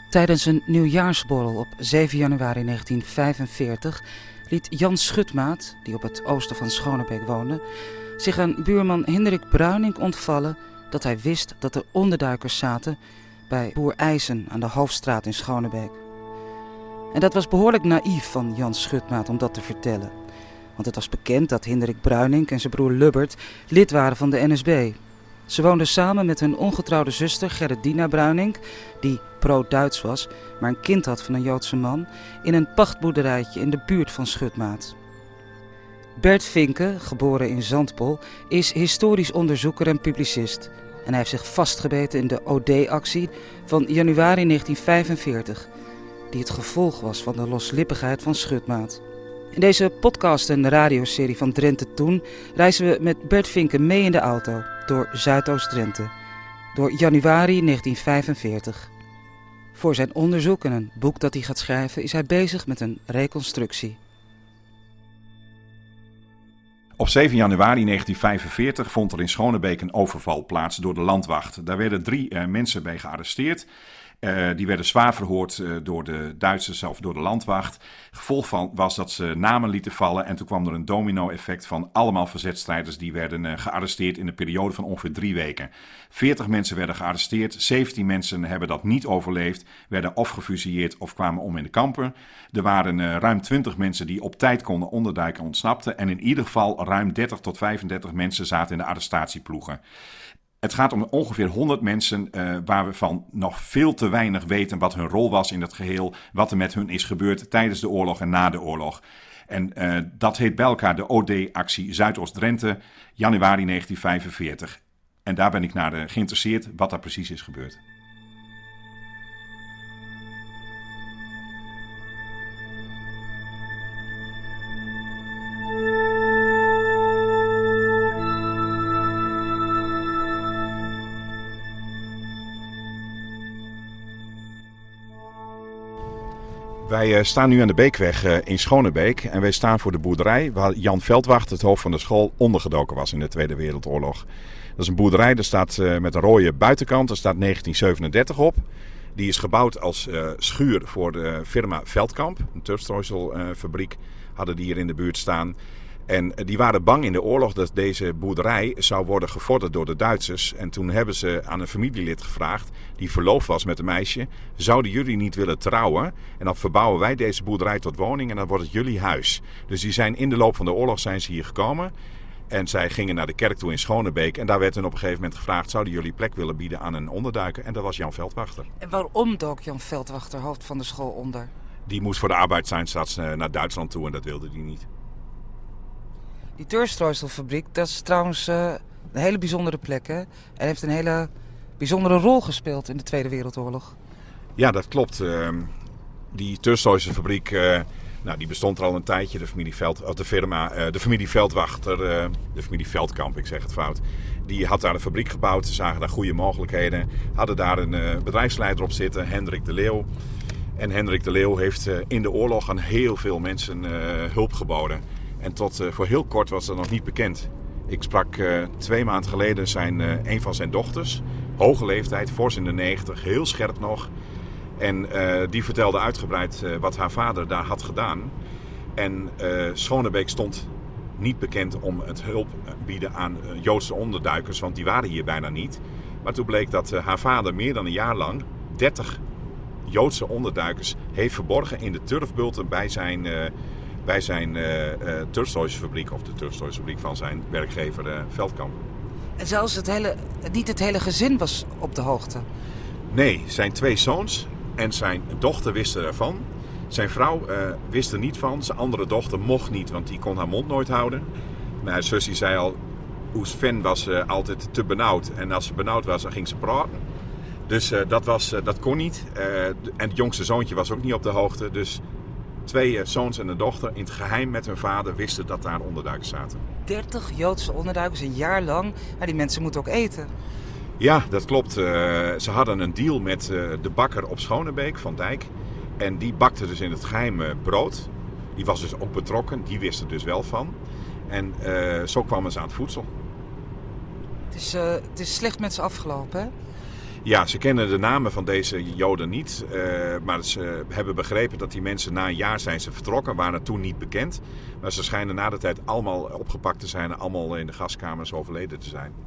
Tijdens een nieuwjaarsborrel op 7 januari 1945 liet Jan Schutmaat, die op het oosten van Schonebeek woonde, zich aan buurman Hendrik Bruining ontvallen dat hij wist dat er onderduikers zaten bij boer IJzen aan de Hoofdstraat in Schonebeek. En dat was behoorlijk naïef van Jan Schutmaat om dat te vertellen. Want het was bekend dat Hendrik Bruining en zijn broer Lubbert lid waren van de NSB. Ze woonden samen met hun ongetrouwde zuster Gerardina Bruining, die pro-Duits was, maar een kind had van een Joodse man, in een pachtboerderijtje in de buurt van Schutmaat. Bert Vinke, geboren in Zandpol, is historisch onderzoeker en publicist. En hij heeft zich vastgebeten in de OD-actie van januari 1945, die het gevolg was van de loslippigheid van Schutmaat. In deze podcast en radioserie van Drenthe Toen reizen we met Bert Vinke mee in de auto door Zuidoost-Drenthe, door januari 1945. Voor zijn onderzoek en een boek dat hij gaat schrijven is hij bezig met een reconstructie. Op 7 januari 1945 vond er in Schonebeek een overval plaats door de landwacht. Daar werden 3 mensen bij gearresteerd. Die werden zwaar verhoord door de Duitsers of door de landwacht. Gevolg van was dat ze namen lieten vallen en toen kwam er een domino-effect van allemaal verzetstrijders die werden gearresteerd in een periode van ongeveer 3 weken. 40 mensen werden gearresteerd, 17 mensen hebben dat niet overleefd, werden of gefusilleerd of kwamen om in de kampen. Er waren ruim 20 mensen die op tijd konden onderduiken en ontsnapten en in ieder geval ruim 30 tot 35 mensen zaten in de arrestatieploegen. Het gaat om ongeveer 100 mensen waar we van nog veel te weinig weten wat hun rol was in dat geheel, wat er met hun is gebeurd tijdens de oorlog en na de oorlog. En dat heet bij elkaar de OD-actie Zuidoost-Drenthe, januari 1945. En daar ben ik naar geïnteresseerd wat daar precies is gebeurd. Wij staan nu aan de Beekweg in Schonebeek en wij staan voor de boerderij waar Jan Veldwacht, het hoofd van de school, ondergedoken was in de Tweede Wereldoorlog. Dat is een boerderij, daar staat met een rode buitenkant, daar staat 1937 op. Die is gebouwd als schuur voor de firma Veldkamp, een turfstrooiselfabriek, hadden die hier in de buurt staan. En die waren bang in de oorlog dat deze boerderij zou worden gevorderd door de Duitsers. En toen hebben ze aan een familielid gevraagd, die verloofd was met een meisje, zouden jullie niet willen trouwen? En dan verbouwen wij deze boerderij tot woning en dan wordt het jullie huis. Dus die zijn in de loop van de oorlog zijn ze hier gekomen. En zij gingen naar de kerk toe in Schonebeek. En daar werd hun op een gegeven moment gevraagd, zouden jullie plek willen bieden aan een onderduiker? En dat was Jan Veldwachter. En waarom dook Jan Veldwachter, hoofd van de school, onder? Die moest voor de arbeidseinsatz naar Duitsland toe en dat wilde hij niet. Die turfstrooiselfabriek, dat is trouwens een hele bijzondere plek, hè? En heeft een hele bijzondere rol gespeeld in de Tweede Wereldoorlog. Ja, dat klopt. Die turfstrooiselfabriek, die bestond er al een tijdje. De familie Veldwachter, de familie Veldkamp, ik zeg het fout. Die had daar een fabriek gebouwd. Ze zagen daar goede mogelijkheden. Hadden daar een bedrijfsleider op zitten, Hendrik de Leeuw. En Hendrik de Leeuw heeft in de oorlog aan heel veel mensen hulp geboden. En tot voor heel kort was dat nog niet bekend. Ik sprak 2 maanden geleden een van zijn dochters. Hoge leeftijd, fors in de 90, heel scherp nog. En die vertelde uitgebreid wat haar vader daar had gedaan. En Schonebeek stond niet bekend om het hulp bieden aan Joodse onderduikers, want die waren hier bijna niet. Maar toen bleek dat haar vader meer dan een jaar lang 30 Joodse onderduikers heeft verborgen in de turfbulten bij zijn turfstrooiselfabriek of de turfstrooiselfabriek van zijn werkgever Veldkamp. En zelfs niet het hele gezin was op de hoogte? Nee, zijn 2 zoons en zijn dochter wisten ervan. Zijn vrouw wist er niet van. Zijn andere dochter mocht niet, want die kon haar mond nooit houden. Maar haar zusje zei al, Sven was altijd te benauwd. En als ze benauwd was, dan ging ze praten. Dus dat kon niet. En het jongste zoontje was ook niet op de hoogte. Dus 2 zoons en een dochter in het geheim met hun vader wisten dat daar onderduikers zaten. 30 Joodse onderduikers een jaar lang. Maar die mensen moeten ook eten. Ja, dat klopt. Ze hadden een deal met de bakker op Schonebeek, Van Dijk. En die bakte dus in het geheim brood. Die was dus ook betrokken. Die wist er dus wel van. En zo kwamen ze aan het voedsel. Het is slecht met ze afgelopen, hè? Ja, ze kennen de namen van deze Joden niet. Maar ze hebben begrepen dat die mensen na een jaar zijn ze vertrokken. Waren toen niet bekend. Maar ze schijnen na de tijd allemaal opgepakt te zijn. En allemaal in de gaskamers overleden te zijn.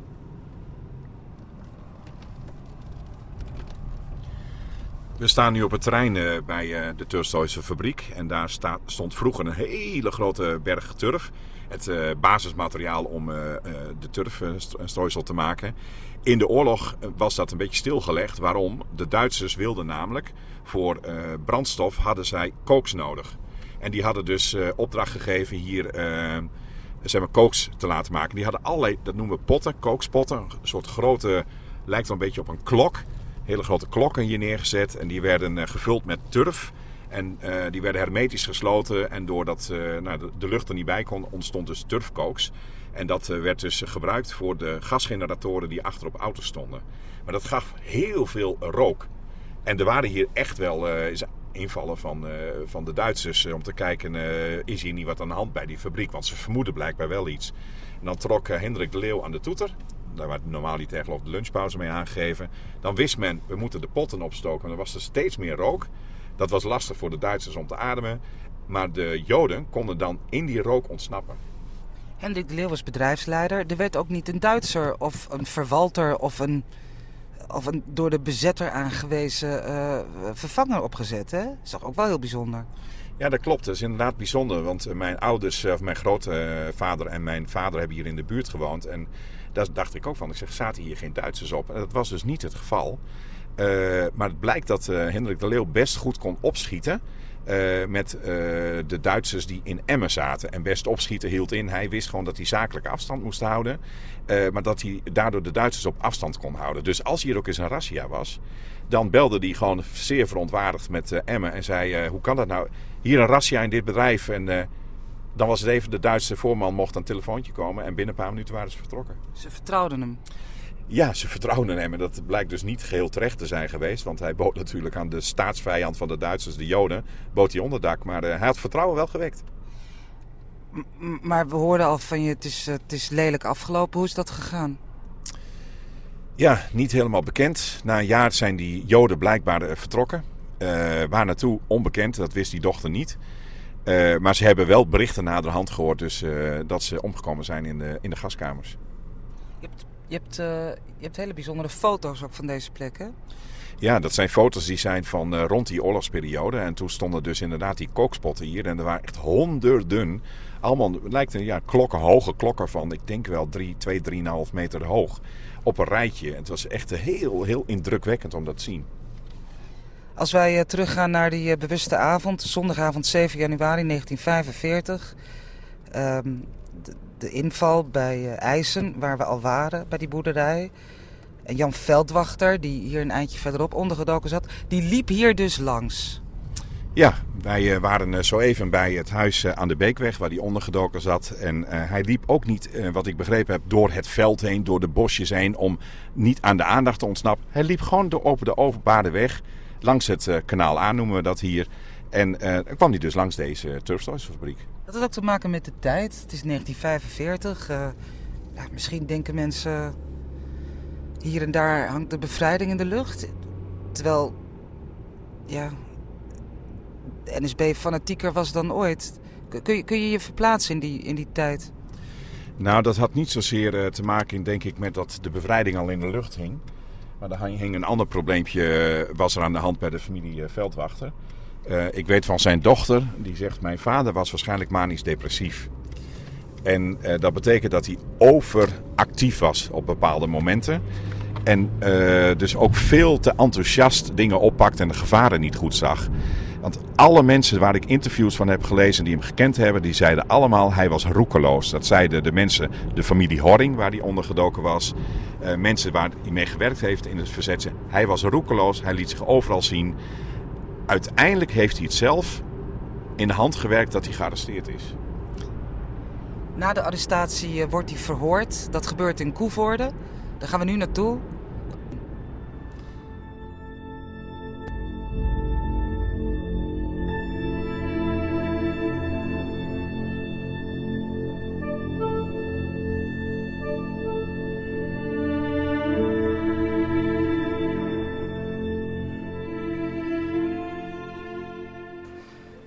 We staan nu op het terrein bij de Turfstooise fabriek. En daar stond vroeger een hele grote berg turf. Het basismateriaal om de turfstrooisel te maken. In de oorlog was dat een beetje stilgelegd. Waarom? De Duitsers wilden namelijk voor brandstof hadden zij kooks nodig. En die hadden dus opdracht gegeven hier zeg maar kooks te laten maken. Die hadden allerlei, dat noemen we potten, kookspotten. Een soort grote, lijkt wel een beetje op een klok. Hele grote klokken hier neergezet. En die werden gevuld met turf. En die werden hermetisch gesloten. En doordat de lucht er niet bij kon, ontstond dus turfkooks. En dat werd dus gebruikt voor de gasgeneratoren die achter op auto's stonden. Maar dat gaf heel veel rook. En er waren hier echt wel invallen van de Duitsers om te kijken, is hier niet wat aan de hand bij die fabriek? Want ze vermoeden blijkbaar wel iets. En dan trok Hendrik de Leeuw aan de toeter. Daar werd normaal niet geloof ik de lunchpauze mee aangegeven. Dan wist men, we moeten de potten opstoken. Maar er was er steeds meer rook. Dat was lastig voor de Duitsers om te ademen. Maar de Joden konden dan in die rook ontsnappen. Hendrik de Leeuw was bedrijfsleider. Er werd ook niet een Duitser of een verwalter of een door de bezetter aangewezen vervanger opgezet. Hè? Dat is toch ook wel heel bijzonder? Ja, dat klopt. Dat is inderdaad bijzonder. Want mijn ouders, of mijn grootvader en mijn vader hebben hier in de buurt gewoond. En daar dacht ik ook van. Ik zeg, zaten hier geen Duitsers op? En dat was dus niet het geval. Maar het blijkt dat Hendrik de Leeuw best goed kon opschieten met de Duitsers die in Emmen zaten. En best opschieten hield in. Hij wist gewoon dat hij zakelijke afstand moest houden. Maar dat hij daardoor de Duitsers op afstand kon houden. Dus als hier ook eens een razzia was, dan belde hij gewoon zeer verontwaardigd met Emmen. En zei, hoe kan dat nou? Hier een razzia in dit bedrijf. En dan was het even, de Duitse voorman mocht aan het telefoontje komen. En binnen een paar minuten waren ze vertrokken. Ze vertrouwden hem. Ja, ze vertrouwden hem en dat blijkt dus niet geheel terecht te zijn geweest. Want hij bood natuurlijk aan de staatsvijand van de Duitsers, de Joden, bood hij onderdak. Maar hij had vertrouwen wel gewekt. Maar we hoorden al van je, het is lelijk afgelopen. Hoe is dat gegaan? Ja, niet helemaal bekend. Na een jaar zijn die Joden blijkbaar vertrokken. Waar naartoe? Onbekend, dat wist die dochter niet. Maar ze hebben wel berichten naderhand gehoord dus, dat ze omgekomen zijn in de gaskamers. Je hebt hele bijzondere foto's ook van deze plek, hè? Ja, dat zijn foto's die zijn van rond die oorlogsperiode. En toen stonden dus inderdaad die kookspotten hier. En er waren echt honderden. Allemaal, het lijkt een klokken, hoge klokken van, ik denk wel 3,5 meter hoog. Op een rijtje. En het was echt heel, heel indrukwekkend om dat te zien. Als wij teruggaan naar die bewuste avond, zondagavond 7 januari 1945. De inval bij IJssen, waar we al waren, bij die boerderij. En Jan Veldwachter, die hier een eindje verderop ondergedoken zat, die liep hier dus langs. Ja, wij waren zo even bij het huis aan de Beekweg waar hij ondergedoken zat. En hij liep ook niet, wat ik begrepen heb, door het veld heen, door de bosjes heen, om niet aan de aandacht te ontsnappen. Hij liep gewoon over de openbare weg, langs het kanaal A noemen we dat hier. En dan kwam hij dus langs deze turfstrooiselfabriek. Dat had ook te maken met de tijd. Het is 1945. Misschien denken mensen, hier en daar hangt de bevrijding in de lucht. Terwijl, ja, de NSB fanatieker was dan ooit. Kun je je verplaatsen in die tijd? Nou, dat had niet zozeer te maken, denk ik, met dat de bevrijding al in de lucht hing. Maar daar hing een ander probleempje, was er aan de hand bij de familie Veldwachter. Ik weet van zijn dochter, die zegt, mijn vader was waarschijnlijk manisch depressief. En dat betekent dat hij overactief was op bepaalde momenten. En dus ook veel te enthousiast dingen oppakte en de gevaren niet goed zag. Want alle mensen waar ik interviews van heb gelezen die hem gekend hebben, die zeiden allemaal hij was roekeloos. Dat zeiden de mensen, de familie Horring waar hij ondergedoken was. Mensen waar hij mee gewerkt heeft in het verzet. Hij was roekeloos, hij liet zich overal zien. Uiteindelijk heeft hij het zelf in de hand gewerkt dat hij gearresteerd is. Na de arrestatie wordt hij verhoord. Dat gebeurt in Coevorden. Daar gaan we nu naartoe.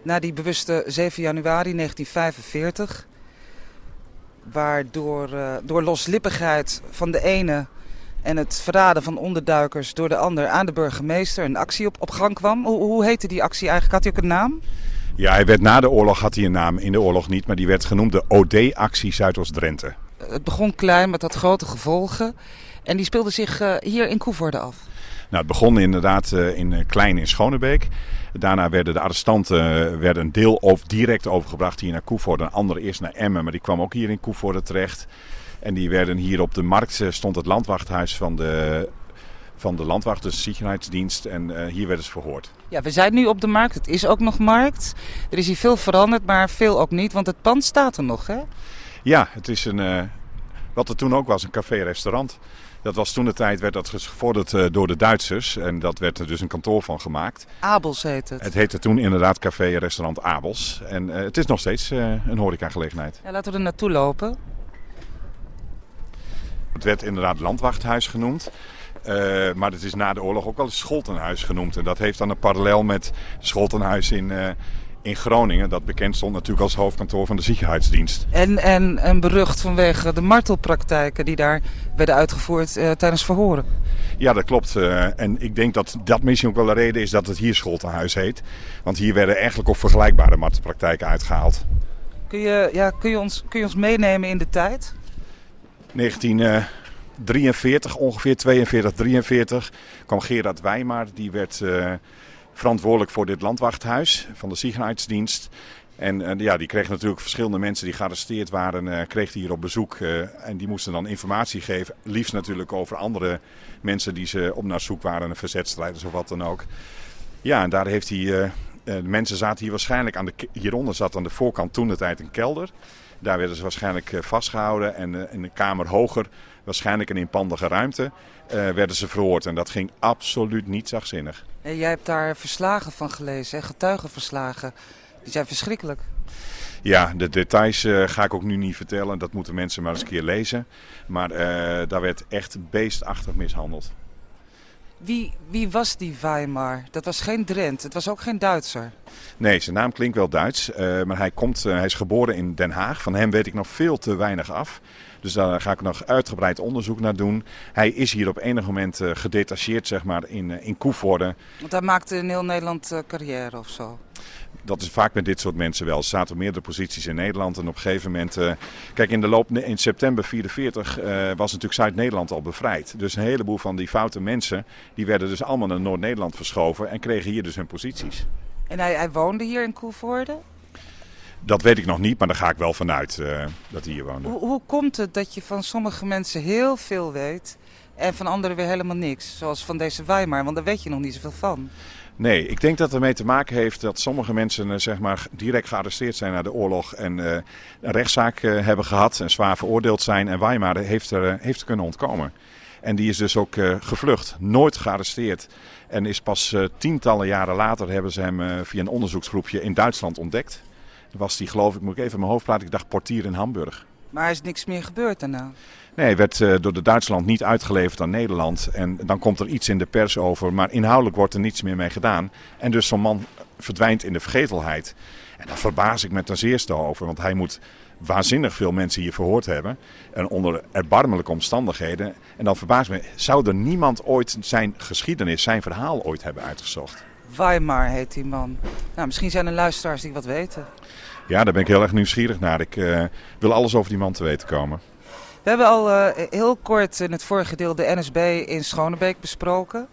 Na die bewuste 7 januari 1945... waar door loslippigheid van de ene en het verraden van onderduikers door de ander aan de burgemeester een actie op gang kwam. Hoe heette die actie eigenlijk? Had hij ook een naam? Ja, hij werd na de oorlog, had hij een naam, in de oorlog niet, maar die werd genoemd de OD-actie Zuidoost-Drenthe. Het begon klein, maar het had grote gevolgen. En die speelde zich hier in Koevoorde af. Nou, het begon inderdaad klein in Schonebeek. Daarna werden de arrestanten een deel direct overgebracht hier naar Koevoorde. Een andere eerst naar Emmen, maar die kwam ook hier in Koevoorde terecht. En die werden hier op de markt, stond het landwachthuis van de landwacht, dus de Sicherheidsdienst. En hier werden ze verhoord. Ja, we zijn nu op de markt. Het is ook nog markt. Er is hier veel veranderd, maar veel ook niet, want het pand staat er nog, hè? Ja, het is wat er toen ook was, een café-restaurant. Dat was toen de tijd, werd dat gevorderd door de Duitsers. En dat werd er dus een kantoor van gemaakt. Abels heet het. Het heette toen inderdaad café en restaurant Abels. En het is nog steeds een horecagelegenheid. Ja, laten we er naartoe lopen. Het werd inderdaad landwachthuis genoemd. Maar het is na de oorlog ook wel eens Scholtenhuis genoemd. En dat heeft dan een parallel met Scholtenhuis in Groningen. Dat bekend stond natuurlijk als hoofdkantoor van de Sicherheidsdienst. En berucht vanwege de martelpraktijken die daar werden uitgevoerd tijdens verhoren. Ja, dat klopt. En ik denk dat dat misschien ook wel de reden is dat het hier Scholtenhuis heet. Want hier werden eigenlijk ook vergelijkbare martelpraktijken uitgehaald. Kun je ons meenemen in de tijd? 1943, ongeveer 42, 43, kwam Gerard Wijmar. Die werd verantwoordelijk voor dit landwachthuis van de Sicherheidsdienst. En die kreeg natuurlijk verschillende mensen die gearresteerd waren, kreeg hij hier op bezoek. En die moesten dan informatie geven, liefst natuurlijk over andere mensen die ze op naar zoek waren, verzetstrijders of wat dan ook. Ja, en daar heeft hij, de mensen zaten hier waarschijnlijk hieronder zat aan de voorkant toen de tijd een kelder. Daar werden ze waarschijnlijk vastgehouden en in een kamer hoger, waarschijnlijk een inpandige ruimte, werden ze verhoord. En dat ging absoluut niet zachtzinnig. En jij hebt daar verslagen van gelezen, getuigenverslagen. Die zijn verschrikkelijk. Ja, de details ga ik ook nu niet vertellen. Dat moeten mensen maar eens een keer lezen. Maar daar werd echt beestachtig mishandeld. Wie was die Wijmar? Dat was geen Drent, het was ook geen Duitser. Nee, zijn naam klinkt wel Duits, maar hij is geboren in Den Haag. Van hem weet ik nog veel te weinig af. Dus daar ga ik nog uitgebreid onderzoek naar doen. Hij is hier op enig moment gedetacheerd, zeg maar, in Koevoorde. Want hij maakte in heel Nederland carrière of zo? Dat is vaak met dit soort mensen wel. Ze zaten op meerdere posities in Nederland en op een gegeven moment... Kijk, in september 1944 was natuurlijk Zuid-Nederland al bevrijd. Dus een heleboel van die foute mensen, die werden dus allemaal naar Noord-Nederland verschoven en kregen hier dus hun posities. En hij woonde hier in Koevoorde? Dat weet ik nog niet, maar daar ga ik wel vanuit dat hij hier woonde. Hoe komt het dat je van sommige mensen heel veel weet en van anderen weer helemaal niks? Zoals van deze Wijmar, want daar weet je nog niet zoveel van. Nee, ik denk dat het ermee te maken heeft dat sommige mensen zeg maar, direct gearresteerd zijn na de oorlog en een rechtszaak hebben gehad en zwaar veroordeeld zijn. En Wijmar heeft kunnen ontkomen. En die is dus ook gevlucht, nooit gearresteerd. En is pas tientallen jaren later hebben ze hem via een onderzoeksgroepje in Duitsland ontdekt. Dan was die, geloof ik, moet ik even in mijn hoofd praten, ik dacht portier in Hamburg. Maar er is niks meer gebeurd daarna? Nee, hij werd door de Duitsland niet uitgeleverd aan Nederland. En dan komt er iets in de pers over, maar inhoudelijk wordt er niets meer mee gedaan. En dus zo'n man verdwijnt in de vergetelheid. En daar verbaas ik me ten zeerste over, want hij moet waanzinnig veel mensen hier verhoord hebben. En onder erbarmelijke omstandigheden. En dan verbaast me, zou er niemand ooit zijn geschiedenis, zijn verhaal ooit hebben uitgezocht? Wijmar heet die man. Nou, misschien zijn er luisteraars die wat weten. Ja, daar ben ik heel erg nieuwsgierig naar. Ik wil alles over die man te weten komen. We hebben al heel kort in het vorige deel de NSB in Schonebeek besproken.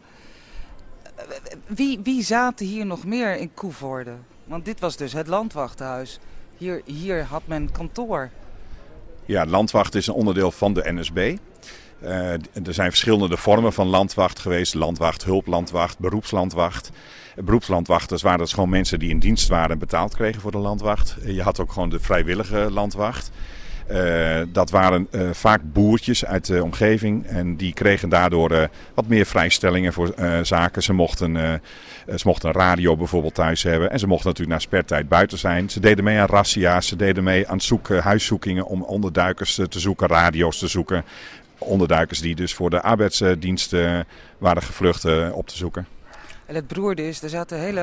Wie zaten hier nog meer in Koevoorde? Want dit was dus het landwachthuis. Hier had men kantoor. Ja, het landwacht is een onderdeel van de NSB. Er zijn verschillende vormen van landwacht geweest. Landwacht, hulplandwacht, beroepslandwacht. Beroepslandwachters waren dus gewoon mensen die in dienst waren en betaald kregen voor de landwacht. Je had ook gewoon de vrijwillige landwacht. Dat waren vaak boertjes uit de omgeving en die kregen daardoor wat meer vrijstellingen voor zaken. Ze mochten een radio bijvoorbeeld thuis hebben en ze mochten natuurlijk na spertijd buiten zijn. Ze deden mee aan razzia's, ze deden mee aan huiszoekingen om onderduikers te zoeken, radio's te zoeken. Onderduikers die dus voor de arbeidsdienst waren gevlucht op te zoeken. En het beroerde is, er zaten hele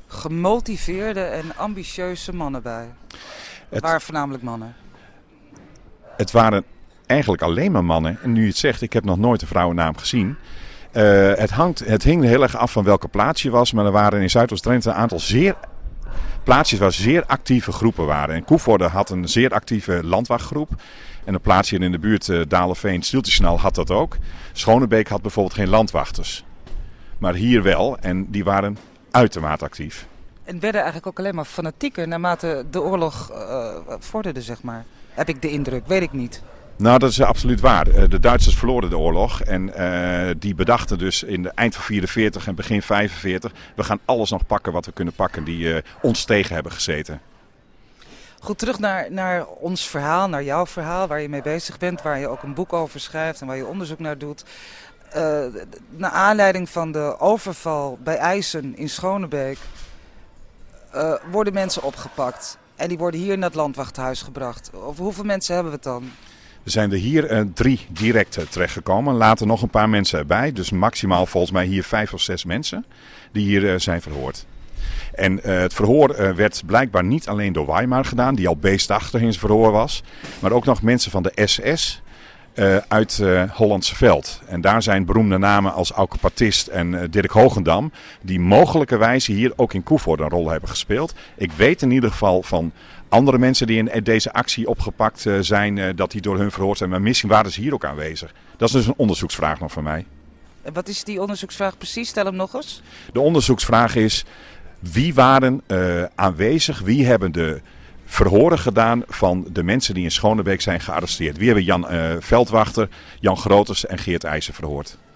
gemotiveerde en ambitieuze mannen bij. Het waren voornamelijk mannen. Het waren eigenlijk alleen maar mannen. En nu je het zegt, ik heb nog nooit een vrouwennaam gezien. Het hing heel erg af van welke plaats je was. Maar er waren in Zuidoost-Drenthe een aantal plaatsjes waar zeer actieve groepen waren. En Koevoorde had een zeer actieve landwachtgroep. En een plaatsje in de buurt, Dalenveen, Stieltjesnal, had dat ook. Schonebeek had bijvoorbeeld geen landwachters. Maar hier wel. En die waren uitermate actief. En werden eigenlijk ook alleen maar fanatieker naarmate de oorlog vorderde, zeg maar. Heb ik de indruk, weet ik niet. Nou, dat is absoluut waar. De Duitsers verloren de oorlog en die bedachten dus in de eind van 44 en begin 45... we gaan alles nog pakken wat we kunnen pakken die ons tegen hebben gezeten. Goed, terug naar ons verhaal, naar jouw verhaal, waar je mee bezig bent, waar je ook een boek over schrijft en waar je onderzoek naar doet. Naar aanleiding van de overval bij IJssen in Schonebeek worden mensen opgepakt. En die worden hier naar het landwachthuis gebracht. Over hoeveel mensen hebben we het dan? Er zijn er hier 3 direct terechtgekomen. Later nog een paar mensen erbij. Dus maximaal volgens mij hier 5 of 6 mensen die hier zijn verhoord. En het verhoor werd blijkbaar niet alleen door Weimar gedaan, die al beestachtig in zijn verhoor was. Maar ook nog mensen van de SS uit Hollandse Veld. En daar zijn beroemde namen als Auke Partist en Dirk Hogendam, die mogelijkerwijs hier ook in Koevoorde een rol hebben gespeeld. Ik weet in ieder geval van andere mensen die in deze actie opgepakt zijn, dat die door hun verhoord zijn. Maar misschien waren ze hier ook aanwezig. Dat is dus een onderzoeksvraag nog van mij. En wat is die onderzoeksvraag precies? Stel hem nog eens. De onderzoeksvraag is, wie waren aanwezig? Wie hebben de verhoren gedaan van de mensen die in Schonebeek zijn gearresteerd? Wie hebben Jan Veldwachter, Jan Groters en Geert IJzer verhoord?